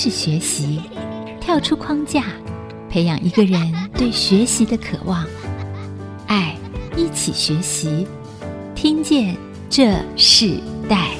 是学习，跳出框架，培养一个人对学习的渴望。爱，一起学习，听见这世代。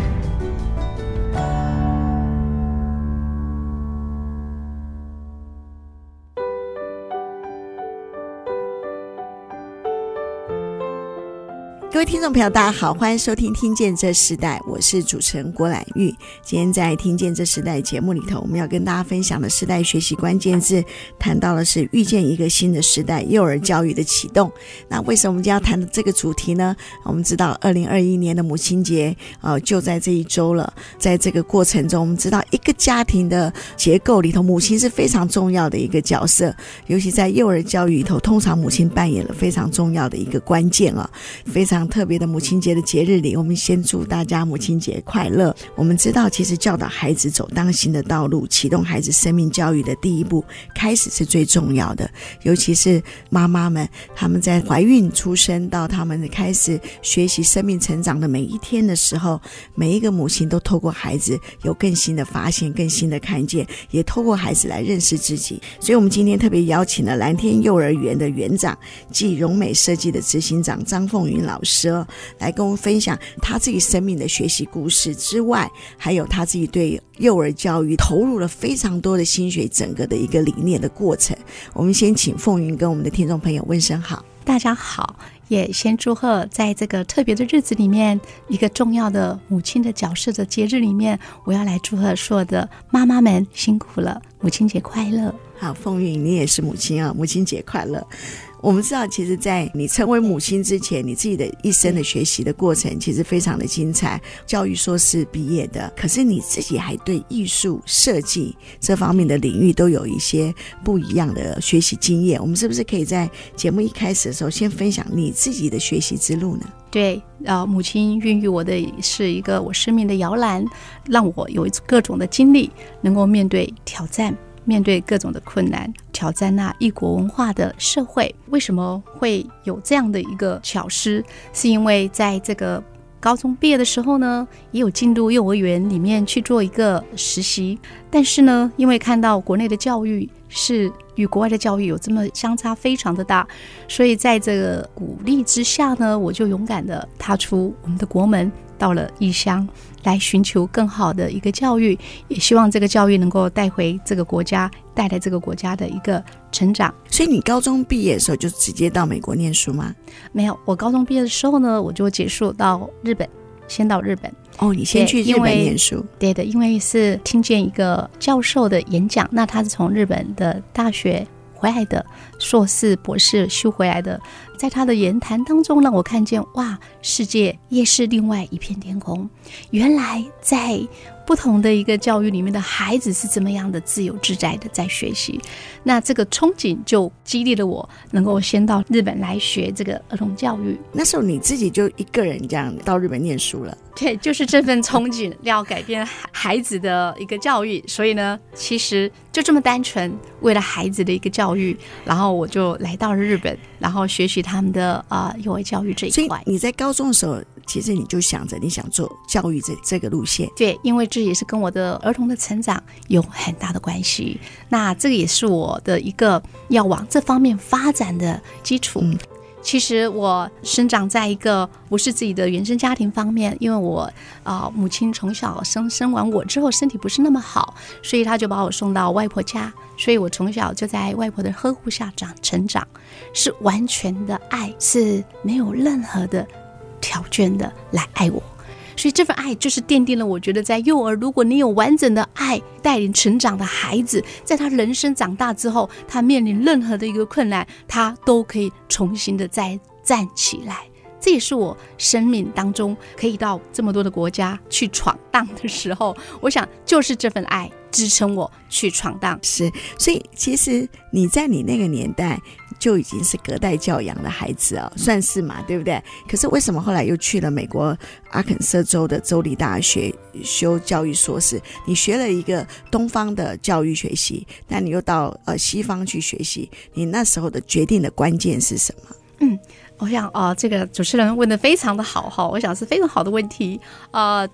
各位听众朋友大家好，欢迎收听听见这时代，我是主持人郭兰玉。今天在听见这时代节目里头，我们要跟大家分享的时代学习关键字，谈到的是遇见一个新的时代，幼儿教育的启动。那为什么我们今天要谈的这个主题呢？我们知道2021年的母亲节就在这一周了。在这个过程中，我们知道一个家庭的结构里头，母亲是非常重要的一个角色，尤其在幼儿教育里头，通常母亲扮演了非常重要的一个关键非常特别的母亲节的节日里，我们先祝大家母亲节快乐。我们知道其实教导孩子走当行的道路，启动孩子生命教育的第一步开始是最重要的，尤其是妈妈们，他们在怀孕出生到他们开始学习生命成长的每一天的时候，每一个母亲都透过孩子有更新的发现，更新的看见，也透过孩子来认识自己。所以我们今天特别邀请了蓝天幼儿园的园长暨荣美设计的执行长张凤云老师来跟我们分享他自己生命的学习故事之外，还有他自己对幼儿教育投入了非常多的心血，整个的一个理念的过程。我们先请凤云跟我们的听众朋友问声好。 大家好，也先祝贺在这个特别的日子里面，一个重要的母亲的角色的节日里面，我要来祝贺所有的妈妈们辛苦了，母亲节快乐。 好，凤云你也是母亲母亲节快乐。我们知道其实在你成为母亲之前，你自己的一生的学习的过程其实非常的精彩，教育硕士毕业的，可是你自己还对艺术设计这方面的领域都有一些不一样的学习经验。我们是不是可以在节目一开始的时候先分享你自己的学习之路呢？ 对，母亲孕育我的是一个我生命的摇篮，让我有各种的经历，能够面对挑战，面对各种的困难，挑战异国文化的社会。为什么会有这样的一个巧思？是因为在这个高中毕业的时候呢，也有进入幼儿园里面去做一个实习，但是呢，因为看到国内的教育是与国外的教育有这么相差非常的大，所以在这个鼓励之下呢，我就勇敢的踏出我们的国门，到了异乡来寻求更好的一个教育，也希望这个教育能够带回这个国家，带来这个国家的一个成长。 所以你高中毕业的时候就直接到美国念书吗？ 没有，我高中毕业的时候呢，我就结束到日本，先到日本。 你先去日本念书。 对的，因为是听见一个教授的演讲，那他是从日本的大学回来的，硕士博士修回来的，在他的言谈当中让我看见，哇，世界也是另外一片天空。原来在不同的一个教育里面的孩子是怎么样的自由自在的在学习，那这个憧憬就激励了我能够先到日本来学这个儿童教育。 那时候你自己就一个人这样到日本念书了？ 对，就是这份憧憬要改变孩子的一个教育，所以呢，其实就这么单纯，为了孩子的一个教育，然后我就来到了日本，然后学习他们的幼儿教育这一块。 所以你在高中的时候，其实你就想着你想做教育这个路线。 对，因为这也是跟我的儿童的成长有很大的关系，那这个也是我的一个要往这方面发展的基础。其实我生长在一个不是自己的原生家庭方面，因为我母亲从小生完我之后身体不是那么好，所以她就把我送到外婆家，所以我从小就在外婆的呵护下成长，是完全的爱，是没有任何的条件的来爱我。所以这份爱就是奠定了我觉得在幼儿，如果你有完整的爱带领成长的孩子，在他人生长大之后，他面临任何的一个困难，他都可以重新的再站起来。这也是我生命当中可以到这么多的国家去闯荡的时候，我想就是这份爱支撑我去闯荡。 是，所以其实你在你那个年代就已经是隔代教养的孩子算是嘛，对不对？可是为什么后来又去了美国阿肯色州的州立大学修教育硕士？你学了一个东方的教育学习，但你又到西方去学习，你那时候的决定的关键是什么？ 我想这个主持人问得非常的好哈，我想是非常好的问题。对，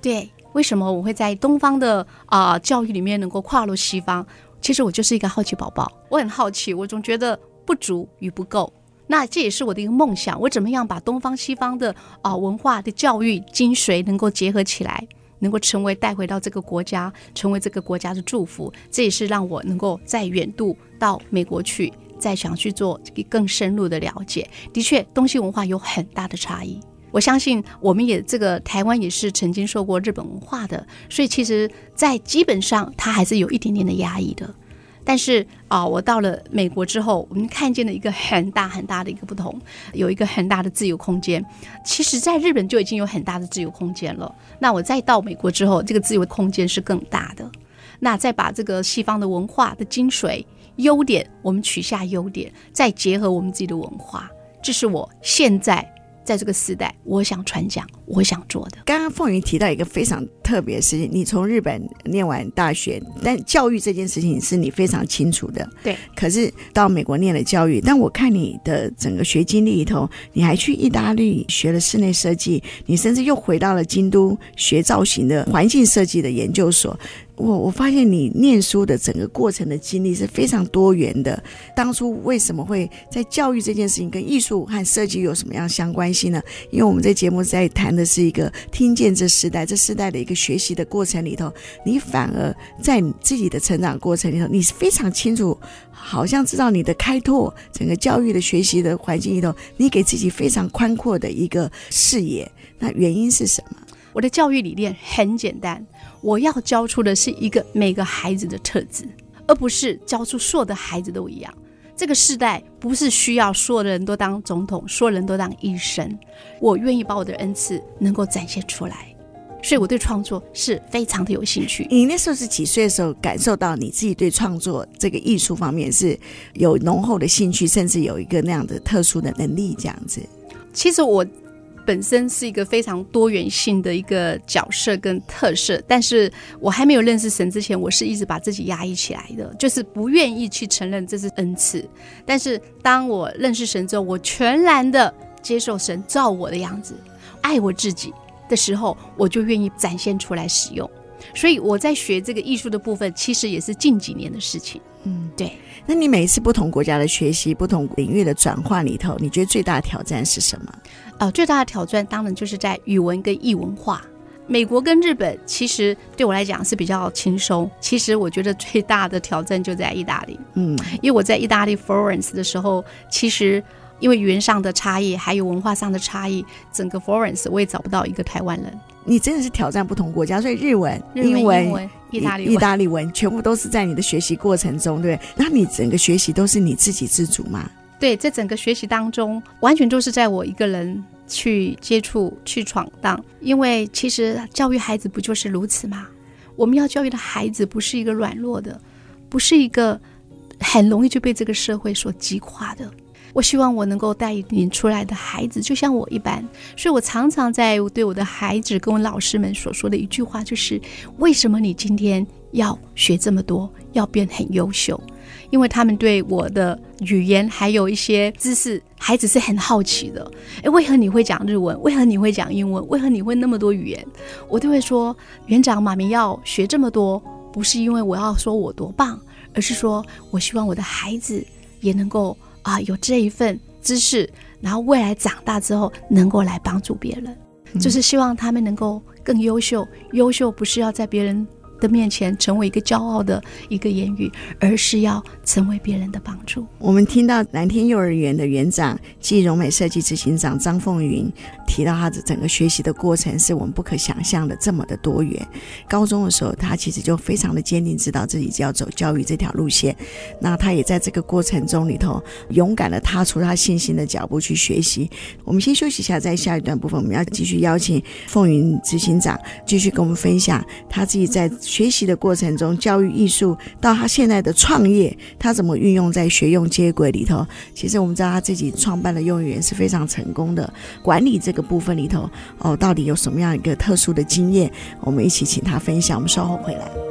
为什么我会在东方的教育里面能够跨入西方？其实我就是一个好奇宝宝，我很好奇，我总觉得不足与不够。那这也是我的一个梦想，我怎么样把东方西方的文化的教育精髓能够结合起来，能够成为带回到这个国家，成为这个国家的祝福。这也是让我能够再远渡到美国去，再想去做更深入的了解。的确东西文化有很大的差异，我相信我们也这个台湾也是曾经受过日本文化的，所以其实在基本上它还是有一点点的压抑的。但是我到了美国之后，我们看见了一个很大很大的一个不同，有一个很大的自由空间。其实在日本就已经有很大的自由空间了，那我再到美国之后，这个自由空间是更大的。那再把这个西方的文化的精髓优点，我们取下优点，再结合我们自己的文化，这是我现在在这个时代我想传讲我想做的。 刚刚凤云提到一个非常特别的事情，你从日本念完大学，但教育这件事情是你非常清楚的， 对。 可是到美国念了教育，但我看你的整个学经历里头，你还去意大利学了室内设计，你甚至又回到了京都学造型的环境设计的研究所。我发现你念书的整个过程的经历是非常多元的。当初为什么会在教育这件事情跟艺术和设计有什么样相关性呢？因为我们这节目在谈的是一个听见这时代的一个学习的过程里头，你反而在你自己的成长过程里头，你是非常清楚，好像知道你的开拓整个教育的学习的环境里头，你给自己非常宽阔的一个视野。那原因是什么？ 我的教育理念很简单，我要教出的是一个每个孩子的特质，而不是教出所有的孩子都一样。这个时代不是需要所有的人都当总统，所有人都当医生，我愿意把我的恩赐能够展现出来，所以我对创作是非常的有兴趣。 你那时候是几岁的时候感受到你自己对创作这个艺术方面是有浓厚的兴趣，甚至有一个那样的特殊的能力这样子？ 其实我本身是一个非常多元性的一个角色跟特色，但是我还没有认识神之前，我是一直把自己压抑起来的，就是不愿意去承认这是恩赐。但是当我认识神之后，我全然的接受神造我的样子，爱我自己的时候，我就愿意展现出来使用。所以我在学这个艺术的部分，其实也是近几年的事情。对。 那你每一次不同国家的学习，不同领域的转换里头，你觉得最大的挑战是什么？ 最大的挑战当然就是在语文跟异文化。美国跟日本其实对我来讲是比较轻松，其实我觉得最大的挑战就在意大利。因为我在意大利 Florence 的时候，其实因为语言上的差异还有文化上的差异，整个 Florence 我也找不到一个台湾人。 你真的是挑战不同国家，所以日文、英文、意大利文全部都是在你的学习过程中，对不对？那你整个学习都是你自给自足吗？ 对，在整个学习当中完全都是在我一个人去接触去闯荡。因为其实教育孩子不就是如此吗？我们要教育的孩子不是一个软弱的，不是一个很容易就被这个社会所击垮的。我希望我能够带领出来的孩子就像我一般，所以我常常在对我的孩子跟我老师们所说的一句话就是，为什么你今天要学这么多，要变很优秀？因为他们对我的语言还有一些知识，孩子是很好奇的。为何你会讲日文？为何你会讲英文？为何你会那么多语言？我都会说，园长妈咪要学这么多，不是因为我要说我多棒，而是说我希望我的孩子也能够有这一份知识，然后未来长大之后能够来帮助别人，就是希望他们能够更优秀。优秀不是要在别人的面前成为一个骄傲的一个言语，而是要成为别人的帮助。 我们听到蓝天幼儿园的园长暨荣美设计执行长张凤云提到他的整个学习的过程是我们不可想象的这么的多元。高中的时候他其实就非常的坚定知道自己要走教育这条路线，那他也在这个过程中里头勇敢的踏出他信心的脚步去学习。我们先休息一下，在下一段部分我们要继续邀请凤云执行长继续跟我们分享他自己在学习的过程中，教育艺术到他现在的创业，他怎么运用在学用接轨里头。其实我们知道他自己创办的幼儿园是非常成功的，管理这个部分里头到底有什么样一个特殊的经验，我们一起请他分享。我们稍后回来。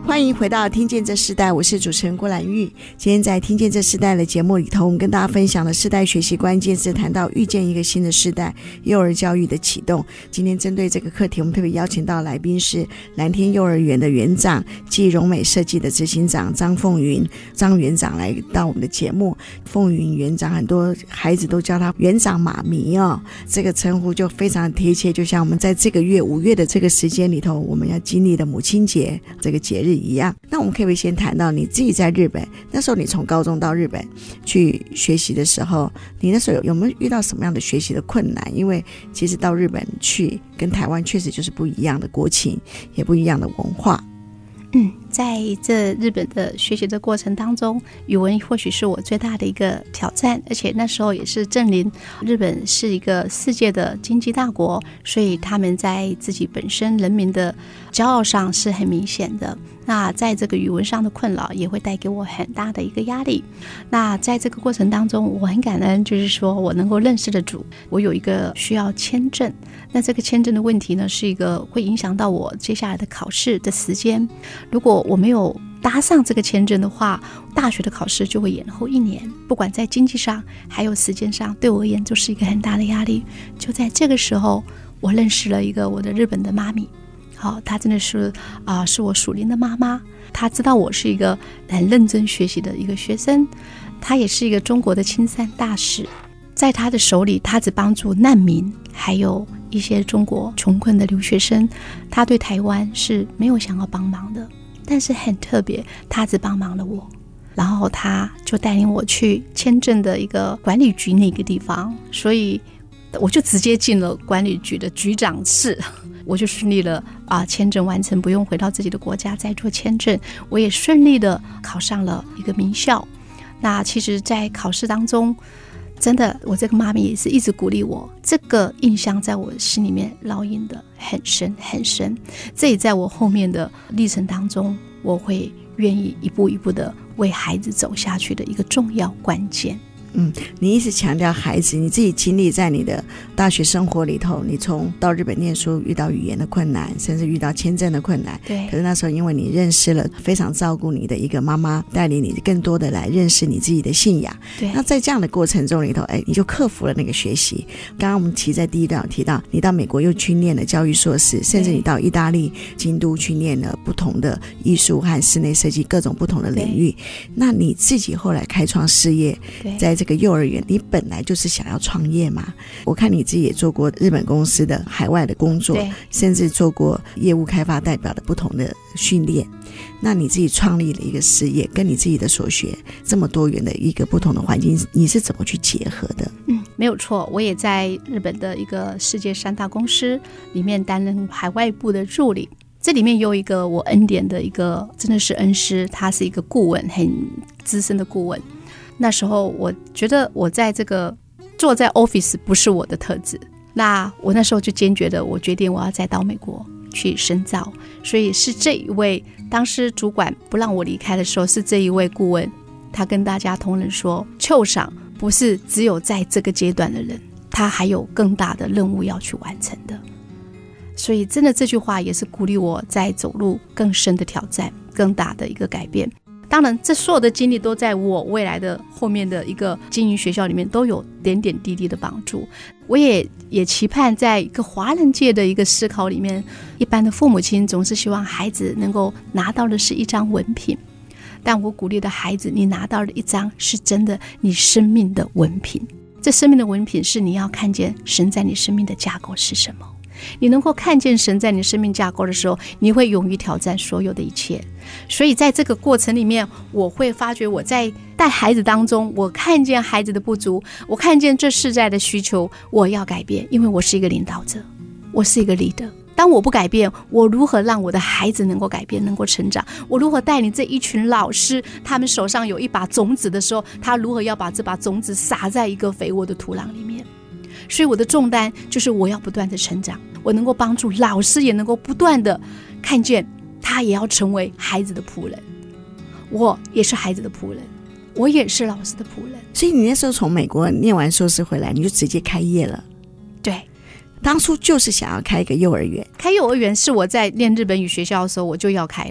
欢迎回到听见这世代，我是主持人郭兰玉。今天在听见这世代的节目里头，我们跟大家分享了世代学习关键字，谈到遇见一个新的世代，幼儿教育的启动。今天针对这个课题，我们特别邀请到来宾是蓝天幼儿园的园长暨荣美设计的执行长张凤云张园长来到我们的节目。凤云园长很多孩子都叫他园长妈咪哦，这个称呼就非常贴切，就像我们在这个月5月的这个时间里头，我们要经历的母亲节这个节日一样。那我们可不可以先谈到你自己在日本，那时候你从高中到日本去学习的时候，你那时候有没有遇到什么样的学习的困难？因为其实到日本去跟台湾确实就是不一样的国情，也不一样的文化。 在这日本的学习的过程当中，语文或许是我最大的一个挑战，而且那时候也是正临日本是一个世界的经济大国，所以他们在自己本身人民的骄傲上是很明显的。那在这个语文上的困扰也会带给我很大的一个压力。那在这个过程当中，我很感恩，就是说我能够认识的主，我有一个需要签证，那这个签证的问题呢，是一个会影响到我接下来的考试的时间。如果我没有搭上这个签证的话，大学的考试就会延后1年，不管在经济上还有时间上，对我而言就是一个很大的压力。就在这个时候，我认识了一个我的日本的妈咪。她真的是是我属灵的妈妈。她知道我是一个很认真学习的一个学生，她也是一个中国的亲善大使。在她的手里，她只帮助难民，还有一些中国穷困的留学生。她对台湾是没有想要帮忙的，但是很特别，她只帮忙了我。然后她就带领我去签证的一个管理局那个地方，所以我就直接进了管理局的局长室。我就顺利了签证完成，不用回到自己的国家再做签证。我也顺利的考上了一个名校。那其实在考试当中，真的我这个妈咪也是一直鼓励我，这个印象在我心里面烙印的很深很深。这也在我后面的历程当中，我会愿意一步一步的为孩子走下去的一个重要关键。 你一直强调孩子，你自己经历在你的大学生活里头，你从到日本念书遇到语言的困难，甚至遇到签证的困难。 对。 可是那时候因为你认识了非常照顾你的一个妈妈，带领你更多的来认识你自己的信仰。 对。 那在这样的过程中里头，你就克服了那个学习。刚刚我们其实在第一段有提到，你到美国又去念了教育硕士，甚至你到意大利京都去念了不同的艺术和室内设计各种不同的领域。那你自己后来开创事业，在这个幼儿园，你本来就是想要创业嘛？我看你自己也做过日本公司的海外的工作，甚至做过业务开发代表的不同的训练。那你自己创立了一个事业，跟你自己的所学这么多元的一个不同的环境，你是怎么去结合的？ 没有错，我也在日本的一个世界3大公司里面担任海外部的助理。这里面有一个我恩典的一个真的是恩师，他是一个顾问，很资深的顾问。那时候我觉得我在这个坐在 office 不是我的特质，那我那时候就坚决的我决定我要再到美国去深造。所以是这一位当时主管不让我离开的时候，是这一位顾问，他跟大家同仁说，秋赏不是只有在这个阶段的人，他还有更大的任务要去完成的。所以真的这句话也是鼓励我在走入更深的挑战，更大的一个改变。当然这所有的经历都在我未来的后面的一个经营学校里面都有点点滴滴的帮助。我也期盼在一个华人界的一个思考里面，一般的父母亲总是希望孩子能够拿到的是一张文凭，但我鼓励的孩子，你拿到的一张是真的你生命的文凭。这生命的文凭是你要看见神在你生命的架构是什么。你能够看见神在你生命架构的时候，你会勇于挑战所有的一切。所以在这个过程里面，我会发觉我在带孩子当中，我看见孩子的不足，我看见这世代的需求，我要改变，因为我是一个领导者，我是一个 leader。当我不改变，我如何让我的孩子能够改变，能够成长？我如何带领这一群老师，他们手上有一把种子的时候，他如何要把这把种子撒在一个肥沃的土壤里面？所以我的重担就是我要不断的成长，我能够帮助老师也能够不断的看见他也要成为孩子的仆人，我也是孩子的仆人，我也是老师的仆人。 所以你那时候从美国念完硕士回来，你就直接开业了？ 对， 当初就是想要开一个幼儿园。 开幼儿园是我在念日本语学校的时候我就要开了。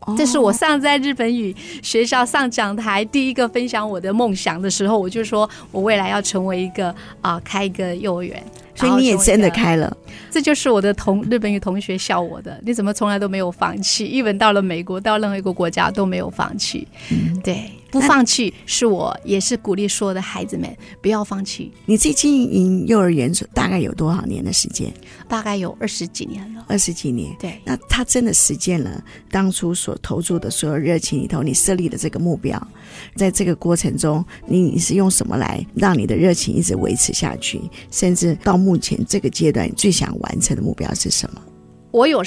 这是我上在日本语学校上讲台第一个分享我的梦想的时候，我就说我未来要成为一个开一个幼儿园。 所以你也真的开了， 这就是我的日本语同学笑我的，你怎么从来都没有放弃？even到了美国，到任何一个国家都没有放弃。对，不放弃是我也是鼓励所有的孩子们不要放弃。 你自己经营幼儿园大概有多少年的时间？ 大概有20几年了。 20几年， 对。 那他真的实践了当初所投注的所有热情里头，你设立的这个目标，在这个过程中，你是用什么来让你的热情一直维持下去？甚至到目前这个阶段，最想完成的目标是什么？ 我有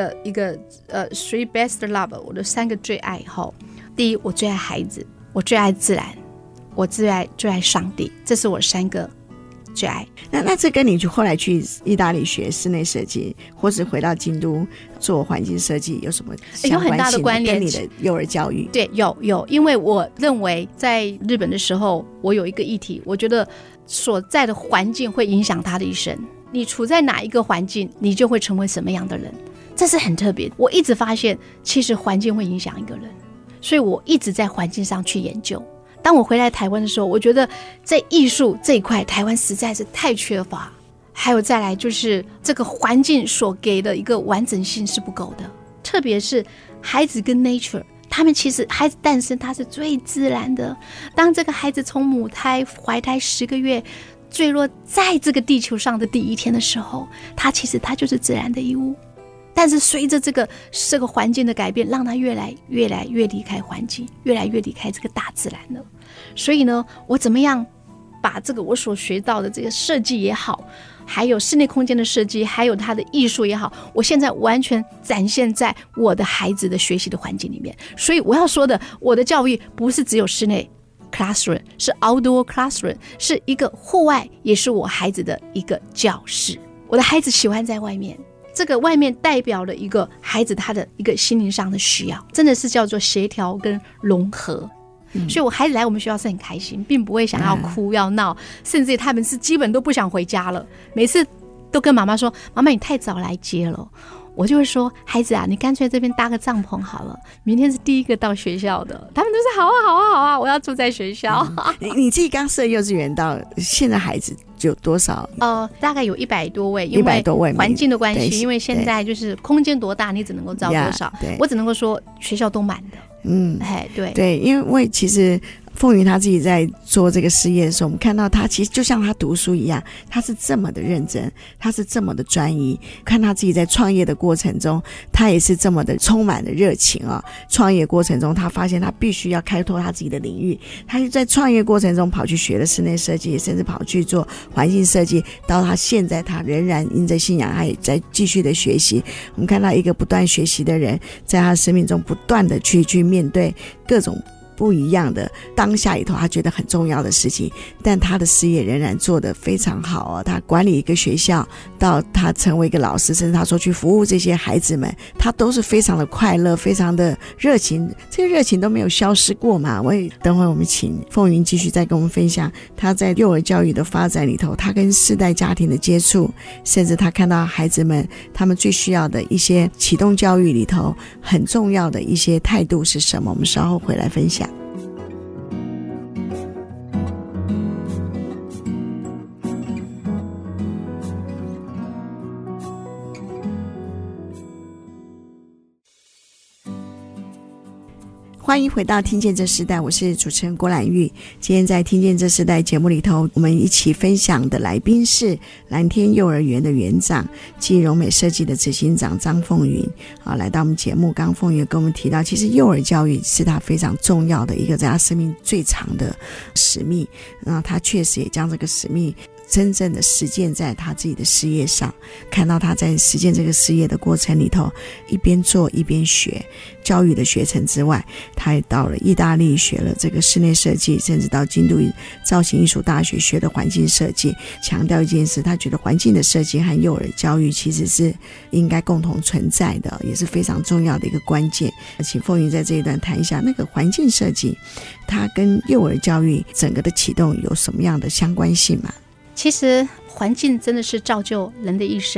three best love， 我的3个最爱后，第一，我最爱孩子，我最爱自然，我最爱上帝，这是我3个最爱。 那这跟你后来去意大利学室内设计，或是回到京都做环境设计有什么相关性？ 有很大的关联， 跟你的幼儿教育。 对，有，因为我认为在日本的时候，我有一个议题，我觉得所在的环境会影响他的一生。你处在哪一个环境，你就会成为什么样的人，这是很特别。我一直发现，其实环境会影响一个人，所以我一直在环境上去研究。当我回来台湾的时候，我觉得在艺术这一块，台湾实在是太缺乏。还有再来就是这个环境所给的一个完整性是不够的，特别是孩子跟 nature， 他们其实孩子诞生他是最自然的。当这个孩子从母胎怀胎10个月坠落在这个地球上的第一天的时候，他就是自然的一物。但是随着这个环境的改变，让他越来越离开环境，越来越离开这个大自然了。所以呢，我怎么样把这个我所学到的这个设计也好，还有室内空间的设计，还有它的艺术也好，我现在完全展现在我的孩子的学习的环境里面。所以我要说的，我的教育不是只有室内classroom， 是 outdoor classroom， 是一个户外，也是我孩子的一个教室。我的孩子喜欢在外面，这个外面代表了一个孩子他的一个心灵上的需要，真的是叫做协调跟融合。所以我孩子来我们学校是很开心，并不会想要哭要闹，甚至他们是基本都不想回家了，每次都跟妈妈说，妈妈你太早来接了。我就会说，孩子啊，你干脆这边搭个帐篷好了，明天是第一个到学校的。他们都是好啊好啊好啊，我要住在学校。 你自己刚设幼稚园到现在孩子有多少？ 大概有100多位，因为环境的关系，因为现在就是空间多大，你只能够招多少。我只能够说学校都满的。对，因为其实凤云他自己在做这个事业的时候，我们看到他其实就像他读书一样，他是这么的认真，他是这么的专一。看他自己在创业的过程中，他也是这么的充满了热情啊！创业过程中，他发现他必须要开拓他自己的领域，他就在创业过程中跑去学了室内设计，甚至跑去做环境设计。到他现在，他仍然因着信仰，他也在继续的学习。我们看到一个不断学习的人，在他生命中不断的去面对各种不一样的当下里头，他觉得很重要的事情，但他的事业仍然做得非常好哦。他管理一个学校，到他成为一个老师，甚至他说去服务这些孩子们，他都是非常的快乐，非常的热情，这个热情都没有消失过嘛。等会我们请凤云继续再跟我们分享他在幼儿教育的发展里头，他跟世代家庭的接触，甚至他看到孩子们他们最需要的一些启动教育里头很重要的一些态度是什么。我们稍后回来分享。欢迎回到听见这时代，我是主持人郭兰玉。今天在听见这时代节目里头，我们一起分享的来宾是蓝天幼儿园的园长暨荣美设计的执行长张凤云来到我们节目。刚凤云跟我们提到，其实幼儿教育是他非常重要的一个在他生命最长的使命，那他确实也将这个使命真正的实践在他自己的事业上，看到他在实践这个事业的过程里头，一边做一边学教育的学程之外，他也到了意大利学了这个室内设计，甚至到京都造型艺术大学学的环境设计。强调一件事，他觉得环境的设计和幼儿教育其实是应该共同存在的，也是非常重要的一个关键。请凤云在这一段谈一下那个环境设计它跟幼儿教育整个的启动有什么样的相关性吗？ 其实环境真的是造就人的一生，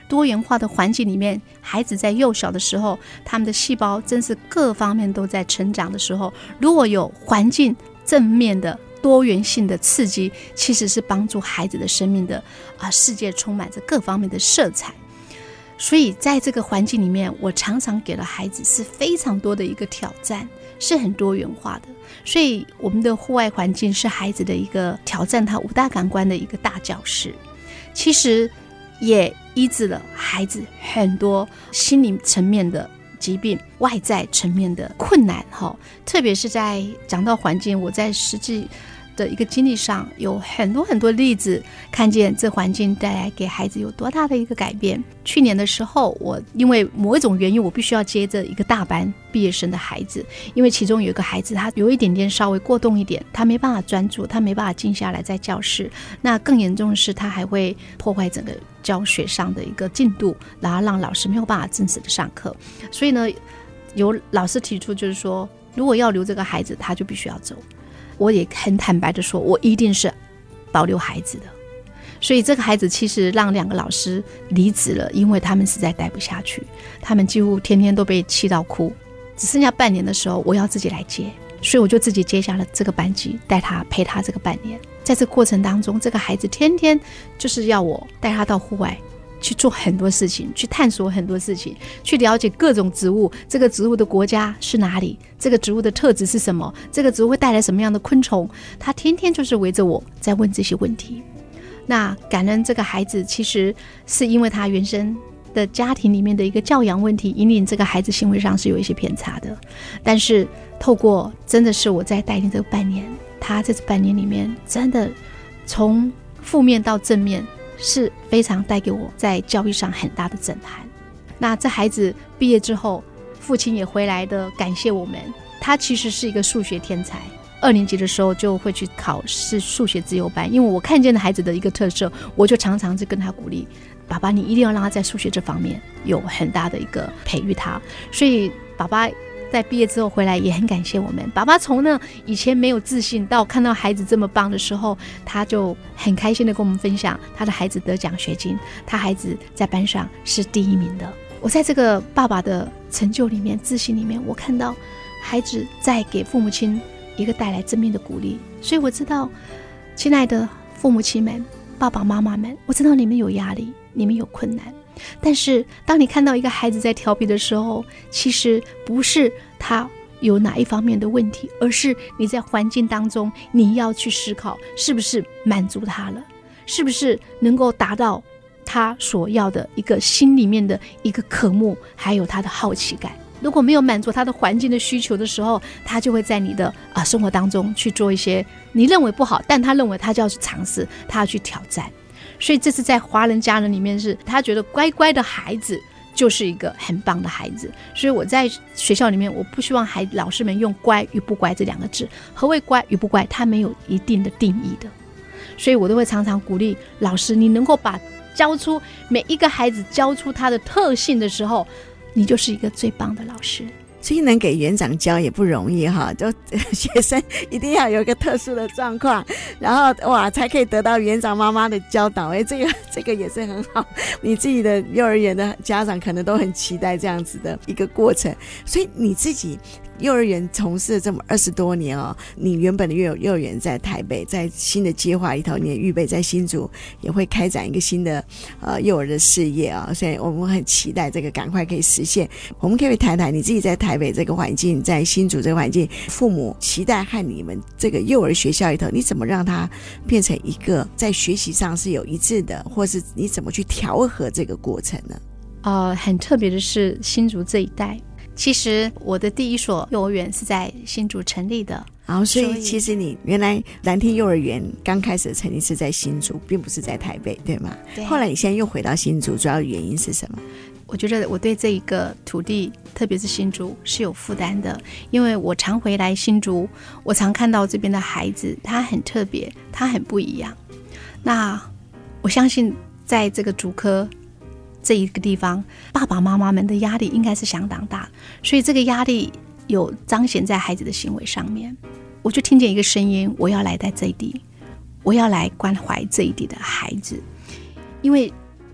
多元化的环境里面，孩子在幼小的时候，他们的细胞真是各方面都在成长的时候，如果有环境正面的多元性的刺激，其实是帮助孩子的生命的世界充满着各方面的色彩。所以在这个环境里面，我常常给了孩子是非常多的一个挑战，是很多元化的。所以我们的户外环境是孩子的一个挑战他五大感官的一个大教室，其实也医治了孩子很多心理层面的疾病，外在层面的困难。特别是在讲到环境，我在实际的一个经历上有很多很多例子，看见这环境带来给孩子有多大的一个改变。去年的时候，我因为某一种原因，我必须要接着一个大班毕业生的孩子，因为其中有一个孩子他有一点点稍微过动一点，他没办法专注，他没办法静下来在教室，那更严重的是他还会破坏整个教学上的一个进度，然后让老师没有办法正式的上课。所以呢，有老师提出就是说，如果要留这个孩子，他就必须要走。我也很坦白的说，我一定是保留孩子的。所以这个孩子其实让2个老师离职了，因为他们实在待不下去，他们几乎天天都被气到哭。只剩下半年的时候，我要自己来接，所以我就自己接下了这个班级，带他陪他这个半年。在这个过程当中，这个孩子天天就是要我带他到户外去做很多事情，去探索很多事情，去了解各种植物，这个植物的国家是哪里，这个植物的特质是什么，这个植物会带来什么样的昆虫，他天天就是围着我在问这些问题。那感恩这个孩子，其实是因为他原生的家庭里面的一个教养问题，引领这个孩子行为上是有一些偏差的。但是透过真的是我在带领这个半年，他在这半年里面真的从负面到正面是非常带给我在教育上很大的震撼。那这孩子毕业之后，父亲也回来的感谢我们。他其实是一个数学天才，2年级的时候就会去考试数学自由班，因为我看见了孩子的一个特色，我就常常就跟他鼓励，爸爸你一定要让他在数学这方面有很大的一个培育他。所以爸爸在毕业之后回来也很感谢我们。爸爸从呢以前没有自信到看到孩子这么棒的时候，他就很开心的跟我们分享他的孩子得奖学金，他孩子在班上是第1名的。我在这个爸爸的成就里面，自信里面，我看到孩子在给父母亲一个带来正面的鼓励。所以我知道，亲爱的父母亲们，爸爸妈妈们，我知道你们有压力，你们有困难，但是当你看到一个孩子在调皮的时候，其实不是他有哪一方面的问题，而是你在环境当中你要去思考，是不是满足他了，是不是能够达到他所要的一个心里面的一个渴慕，还有他的好奇感。如果没有满足他的环境的需求的时候，他就会在你的生活当中去做一些你认为不好，但他认为他就要去尝试，他要去挑战。所以这是在华人家人里面，是他觉得乖乖的孩子就是一个很棒的孩子。所以我在学校里面，我不希望老师们用乖与不乖这2个字，何谓乖与不乖，它没有一定的定义的。所以我都会常常鼓励老师，你能够把教出每一个孩子教出他的特性的时候，你就是一个最棒的老师。 所以能给园长教也不容易哈，就学生一定要有一个特殊的状况，然后哇才可以得到园长妈妈的教导。这个也是很好，你自己的幼儿园的家长可能都很期待这样子的一个过程。所以你自己幼儿园从事了这么20多年哦，你原本的幼儿园在台北，在新的计划里头，你也预备在新竹也会开展一个新的幼儿的事业啊，所以我们很期待这个赶快可以实现。我们可以谈谈你自己在台北这个环境，在新竹这个环境，父母期待和你们这个幼儿学校里头，你怎么让它变成一个在学习上是有一致的，或是你怎么去调和这个过程呢？ 很特别的是新竹这一带，其实我的第一所幼儿园是在新竹成立的。 好，所以其实你原来蓝天幼儿园刚开始的成立是在新竹，并不是在台北，对吗？ 对。后来你现在又回到新竹，主要的原因是什么？ 我觉得我对这一个土地，特别是新竹是有负担的，因为我常回来新竹，我常看到这边的孩子，他很特别，他很不一样。那我相信在这个竹科这一个地方，爸爸妈妈们的压力应该是相当大，所以这个压力有彰显在孩子的行为上面。我就听见一个声音，我要来在这一地，我要来关怀这一地的孩子。因为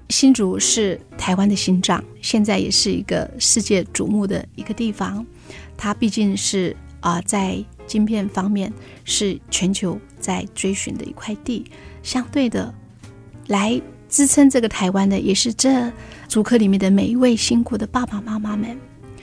新竹是台湾的心脏，现在也是一个世界瞩目的一个地方。它毕竟是在晶片方面是全球在追寻的一块地，相对的来支撑这个台湾的也是这竹科里面的每一位辛苦的爸爸妈妈们。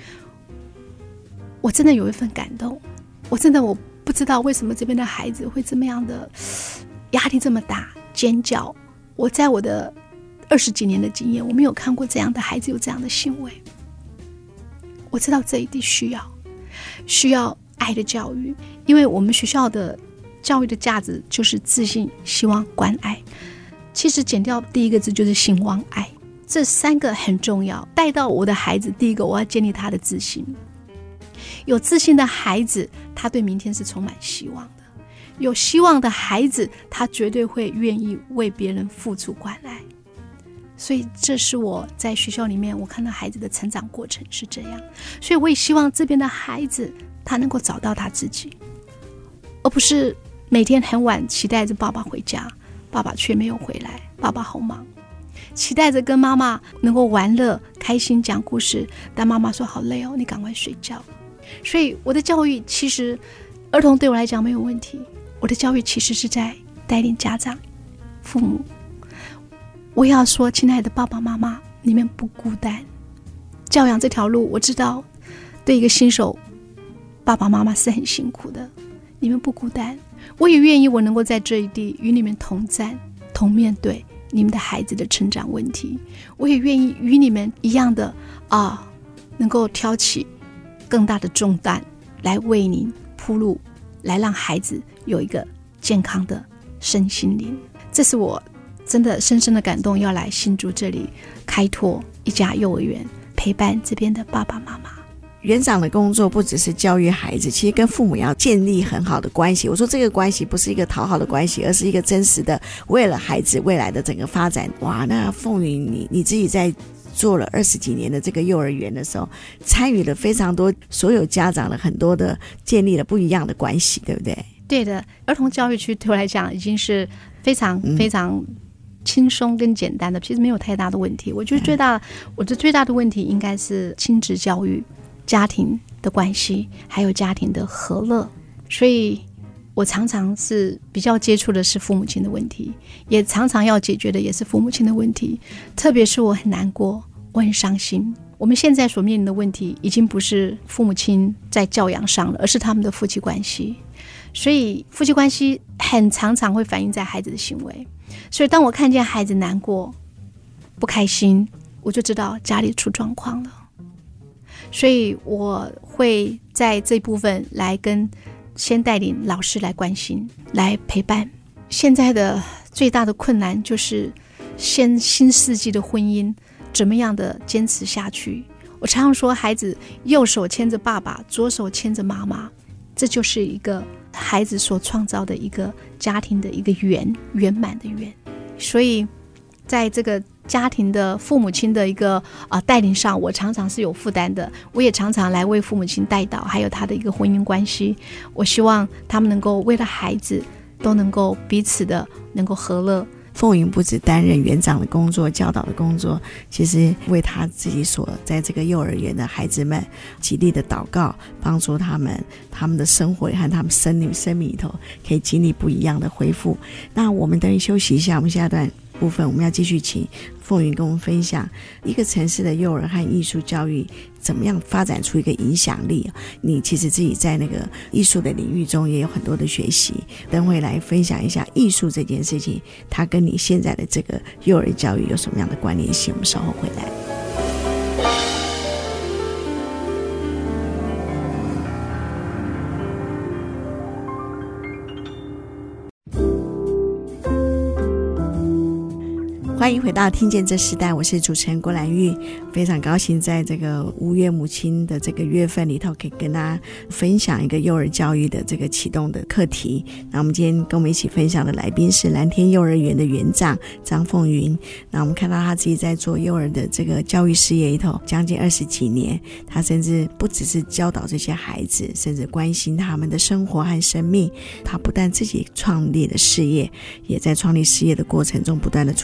我真的有一份感动，我不知道为什么这边的孩子会这么样的压力这么大，尖叫。我在我的20几年的经验，我没有看过这样的孩子有这样的行为。我知道这一定需要爱的教育，因为我们学校的教育的价值就是自信、希望、关爱。其实减掉第一个字就是兴旺爱，这3个很重要。带到我的孩子，第一个我要建立他的自信。有自信的孩子，他对明天是充满希望的。有希望的孩子，他绝对会愿意为别人付出关爱。所以这是我在学校里面我看到孩子的成长过程是这样。所以我也希望这边的孩子他能够找到他自己，而不是每天很晚期待着爸爸回家，爸爸却没有回来，爸爸好忙，期待着跟妈妈能够玩乐开心讲故事，但妈妈说好累哦，你赶快睡觉。所以我的教育其实儿童对我来讲没有问题，我的教育其实是在带领家长父母。我要说亲爱的爸爸妈妈，你们不孤单。教养这条路我知道对一个新手爸爸妈妈是很辛苦的，你们不孤单。我也愿意我能够在这一地与你们同站同面对你们的孩子的成长问题，我也愿意与你们一样的能够挑起更大的重担来为您铺路，来让孩子有一个健康的身心灵。这是我真的深深的感动，要来新竹这里开拓一家幼儿园，陪伴这边的爸爸妈妈。 园长的工作不只是教育孩子，其实跟父母要建立很好的关系。我说这个关系不是一个讨好的关系，而是一个真实的为了孩子未来的整个发展。哇，那凤云你自己在做了20几年的这个幼儿园的时候，参与了非常多所有家长的很多的建立了不一样的关系，对不对？ 对的，儿童教育区对我来讲已经是非常非常轻松跟简单的，其实没有太大的问题。我觉得我的最大的问题应该是亲子教育、家庭的关系，还有家庭的和乐。所以我常常是比较接触的是父母亲的问题，也常常要解决的也是父母亲的问题。特别是我很难过，我很伤心。我们现在所面临的问题已经不是父母亲在教养上了，而是他们的夫妻关系。所以夫妻关系很常常会反映在孩子的行为。所以当我看见孩子难过不开心，我就知道家里出状况了。所以我会在这部分来先带领老师来关心来陪伴。现在的最大的困难就是新世纪的婚姻怎么样的坚持下去。我常常说孩子右手牵着爸爸，左手牵着妈妈，这就是一个孩子所创造的一个家庭的一个圆满的圆。所以在这个家庭的父母亲的一个带领上，我常常是有负担的。我也常常来为父母亲带导，还有他的一个婚姻关系。我希望他们能够为了孩子都能够彼此的能够和乐。 凤云不只担任园长的工作、教导的工作，其实为他自己所在这个幼儿园的孩子们极力的祷告，帮助他们的生活和他们生命里头可以经历不一样的恢复。那我们等于休息一下，我们下段部分我们要继续请凤云跟我们分享一个城市的幼儿和艺术教育怎么样发展出一个影响力。你其实自己在那个艺术的领域中也有很多的学习，等会来分享一下艺术这件事情它跟你现在的这个幼儿教育有什么样的关联性。我们稍后回来。欢迎回到听见这时代，我是主持人郭兰玉。非常高兴在这个5月母亲的这个月份里头，可以跟大家分享一个幼儿教育的这个启动的课题。那我们今天跟我们一起分享的来宾是蓝天幼儿园的园长张凤云。那我们看到他自己在做幼儿的这个教育事业里头将近20几年，他甚至不只是教导这些孩子，甚至关心他们的生活和生命。他不但自己创立了事业，也在创立事业的过程中不断的出去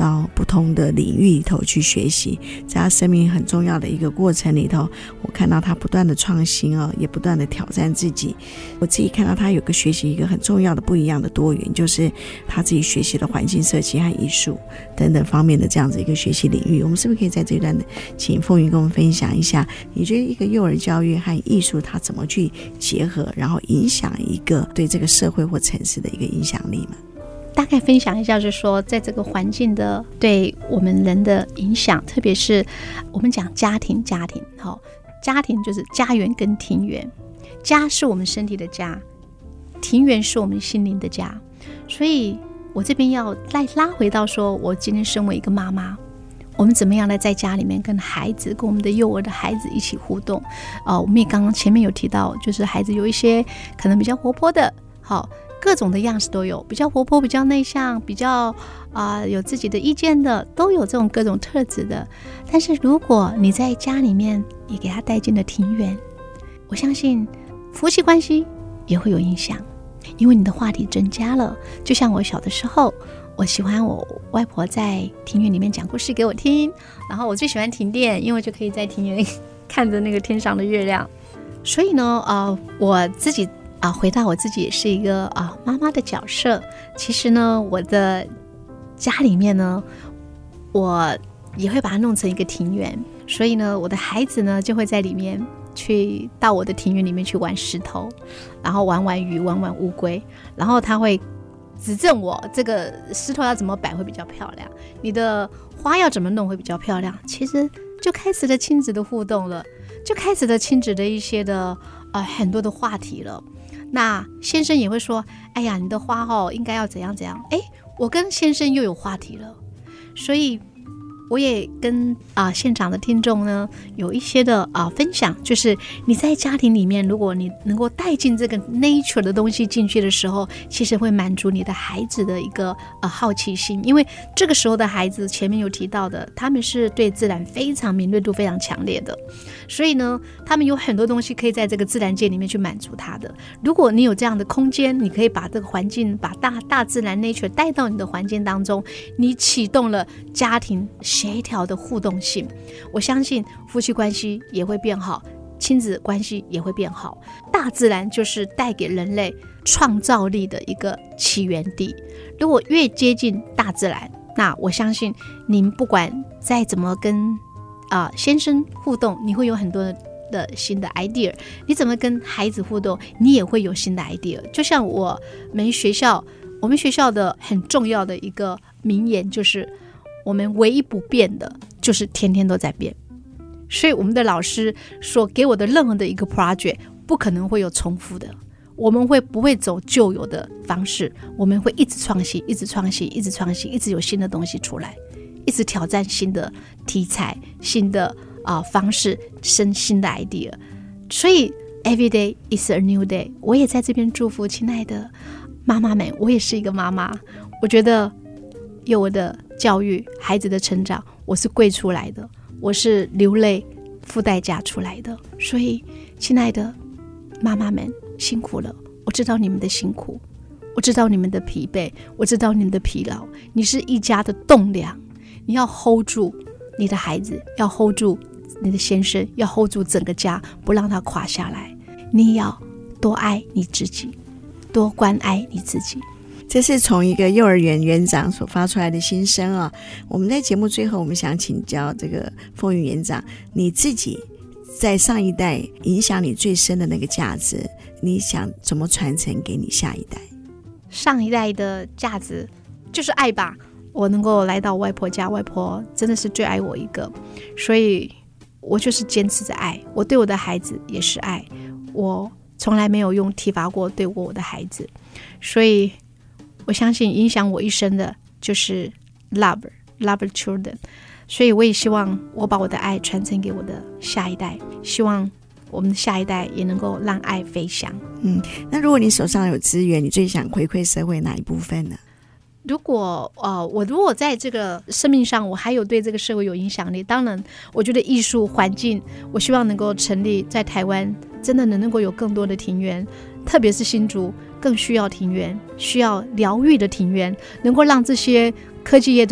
到不同的领域里头去学习，在他生命很重要的一个过程里头，我看到他不断的创新也不断的挑战自己。我自己看到他有个学习一个很重要的不一样的多元，就是他自己学习的环境设计和艺术等等方面的这样子一个学习领域。我们是不是可以在这段请凤云跟我们分享一下，你觉得一个幼儿教育和艺术它怎么去结合，然后影响一个对这个社会或城市的一个影响力吗？ 大概分享一下，就是说在这个环境的对我们人的影响，特别是我们讲家庭家庭就是家园跟庭园，家是我们身体的家，庭园是我们心灵的家。所以我这边要再拉回到说，我今天身为一个妈妈，我们怎么样来在家里面跟孩子，跟我们的幼儿的孩子一起互动。我们也刚刚前面有提到，就是孩子有一些可能比较活泼的，各种的样式都有，比较活泼，比较内向，比较有自己的意见的，都有这种各种特质的。但是如果你在家里面也给他带进了庭园，我相信夫妻关系也会有影响，因为你的话题增加了。就像我小的时候，我喜欢我外婆在庭园里面讲故事给我听，然后我最喜欢停电，因为就可以在庭园里看着那个天上的月亮。所以呢我自己回到我自己也是一个妈妈的角色。其实呢，我的家里面呢，我也会把它弄成一个庭园，所以呢，我的孩子呢就会在里面去到我的庭园里面去玩石头，然后玩玩鱼，玩玩乌龟，然后他会指正我这个石头要怎么摆会比较漂亮，你的花要怎么弄会比较漂亮。其实就开始了亲子的互动了，就开始了亲子的一些的很多的话题了。那先生也会说，哎呀，你的花应该要怎样怎样。我跟先生又有话题了。所以我也跟现场的听众呢有一些的分享，就是你在家庭里面，如果你能够带进这个 nature 的东西进去的时候，其实会满足你的孩子的一个好奇心。因为这个时候的孩子前面有提到的，他们是对自然非常敏锐度非常强烈的，所以呢他们有很多东西可以在这个自然界里面去满足他的。如果你有这样的空间，你可以把这个环境，把大自然 nature 带到你的环境当中，你启动了家庭协调的互动性，我相信夫妻关系也会变好，亲子关系也会变好。大自然就是带给人类创造力的一个起源地，如果越接近大自然，那我相信您不管再怎么跟先生互动，你会有很多的新的 idea， 你怎么跟孩子互动，你也会有新的 idea。 就像我们学校的很重要的一个名言，就是我们唯一不变的就是天天都在变。所以我们的老师所给我的任何的一个 project 不可能会有重复的，我们不会走旧有的方式，我们会一直创新，一直创新，一直创新，一直有新的东西出来，一直挑战新的题材，新的方式，生新的 idea。 所以 every day is a new day。 我也在这边祝福亲爱的妈妈们，我也是一个妈妈，我觉得有我的教育孩子的成长，我是跪出来的，我是流泪付代价出来的。所以亲爱的妈妈们辛苦了，我知道你们的辛苦，我知道你们的疲惫，我知道你们的疲劳，你是一家的栋梁，你要 hold 住你的孩子，要 hold 住你的先生，要 hold 住整个家，不让他垮下来。你要多爱你自己，多关爱你自己。 这是从一个幼儿园园长所发出来的心声我们在节目最后，我们想请教这个凤云园长，你自己在上一代影响你最深的那个价值，你想怎么传承给你下一代？ 上一代的价值就是爱吧。我能够来到外婆家，外婆真的是最爱我一个，所以我就是坚持着爱。我对我的孩子也是爱，我从来没有用体罚过对过我的孩子，所以我相信影响我一生的就是 love children。 所以我也希望我把我的爱传承给我的下一代，希望我们的下一代也能够让爱飞翔。 那如果你手上有资源，你最想回馈社会哪一部分呢？ 如果在这个生命上我还有对这个社会有影响力，当然我觉得艺术环境，我希望能够成立在台湾，真的能够有更多的庭园，特别是新竹更需要庭园，需要疗愈的庭园，能够让这些科技业的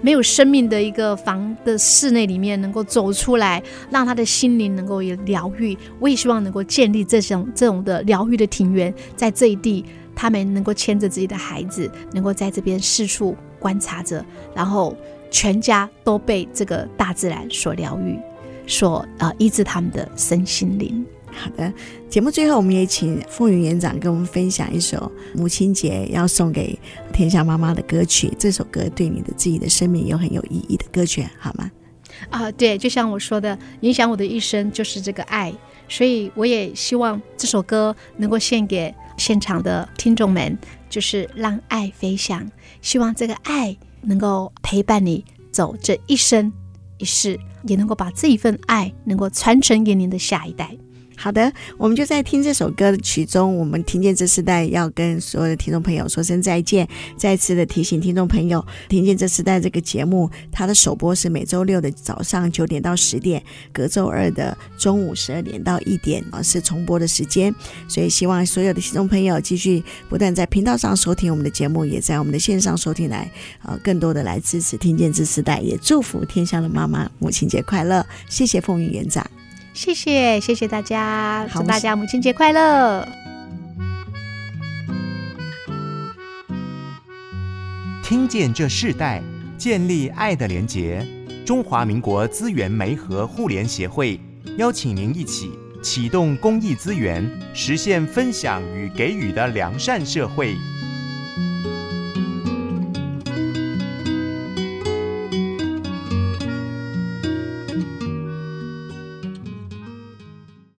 没有生命的一个房的室内里面能够走出来，让他的心灵能够有疗愈。我也希望能够建立这种的疗愈的庭园，在这一地，他们能够牵着自己的孩子，能够在这边四处观察着，然后全家都被这个大自然所疗愈，所医治他们的身心灵。 好的，节目最后我们也请凤云园长跟我们分享一首母亲节要送给天下妈妈的歌曲，这首歌对你的自己的生命有很有意义的歌曲，好吗？ 对，就像我说的，影响我的一生就是这个爱，所以我也希望这首歌能够献给现场的听众们，就是让爱飞翔，希望这个爱能够陪伴你走这一生一世，也能够把这一份爱能够传承给您的下一代。 好的，我们就在听这首歌曲中，我们听见这世代要跟所有的听众朋友说声再见。再次的提醒听众朋友，听见这世代这个节目，它的首播是每周六的早上9点到10点，隔周二的中午12点到1点是重播的时间。所以希望所有的听众朋友继续不断在频道上收听我们的节目，也在我们的线上收听来更多的来支持听见这世代，也祝福天下的妈妈母亲节快乐。谢谢凤云园长。 谢谢大家，祝大家母亲节快乐。 听见这世代，建立爱的连结。中华民国资源媒合互联协会邀请您一起启动公益资源，实现分享与给予的良善社会。